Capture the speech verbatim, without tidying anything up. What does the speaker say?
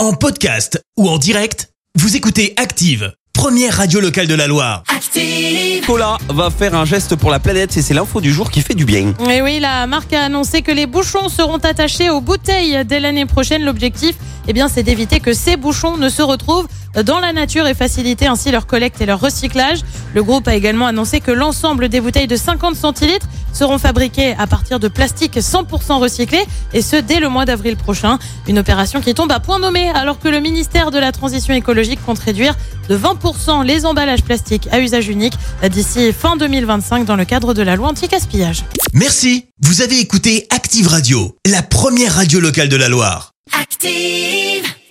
En podcast ou en direct, vous écoutez Active, première radio locale de la Loire. Active. Cola va faire un geste pour la planète et c'est l'info du jour qui fait du bien. Et oui, la marque a annoncé que les bouchons seront attachés aux bouteilles dès l'année prochaine. L'objectif, eh bien, c'est d'éviter que ces bouchons ne se retrouvent dans la nature et faciliter ainsi leur collecte et leur recyclage. Le groupe a également annoncé que l'ensemble des bouteilles de cinquante centilitres seront fabriquées à partir de plastique cent pour cent recyclé et ce dès le mois d'avril prochain. Une opération qui tombe à point nommé alors que le ministère de la Transition écologique compte réduire de vingt pour cent les emballages plastiques à usage unique d'ici fin deux mille vingt-cinq dans le cadre de la loi anti-gaspillage. Merci, vous avez écouté Active Radio, la première radio locale de la Loire. Active.